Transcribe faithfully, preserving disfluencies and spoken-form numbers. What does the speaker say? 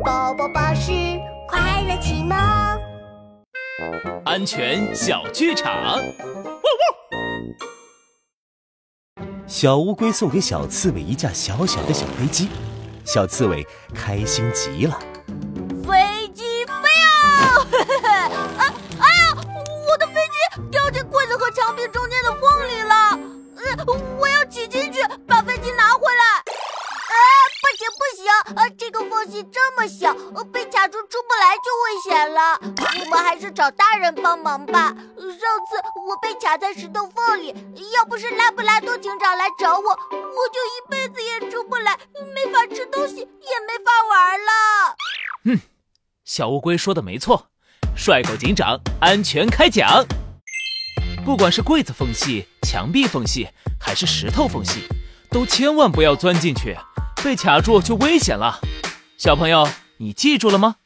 宝宝巴士快乐启蒙。 安全小剧场。汪汪！小乌龟送给小刺猬一架小小的小飞机，小刺猬开心极了。 飞机飞啊！啊哎呀，我的飞机掉进柜子和墙壁中间的缝里了。呃，我要挤进去把飞机拿回来。啊，不行不行，啊，这个缝隙这么小，被卡住出不来就危险了。我们还是找大人帮忙吧。上次我被卡在石头缝里，要不是拉布拉多警长来找我，我就一辈子也出不来，没法吃东西，也没法玩了。 嗯，小乌龟说的没错，帅狗警长安全开讲。不管是柜子缝隙、墙壁缝隙，还是石头缝隙，都千万不要钻进去，被卡住就危险了。小朋友，你记住了吗？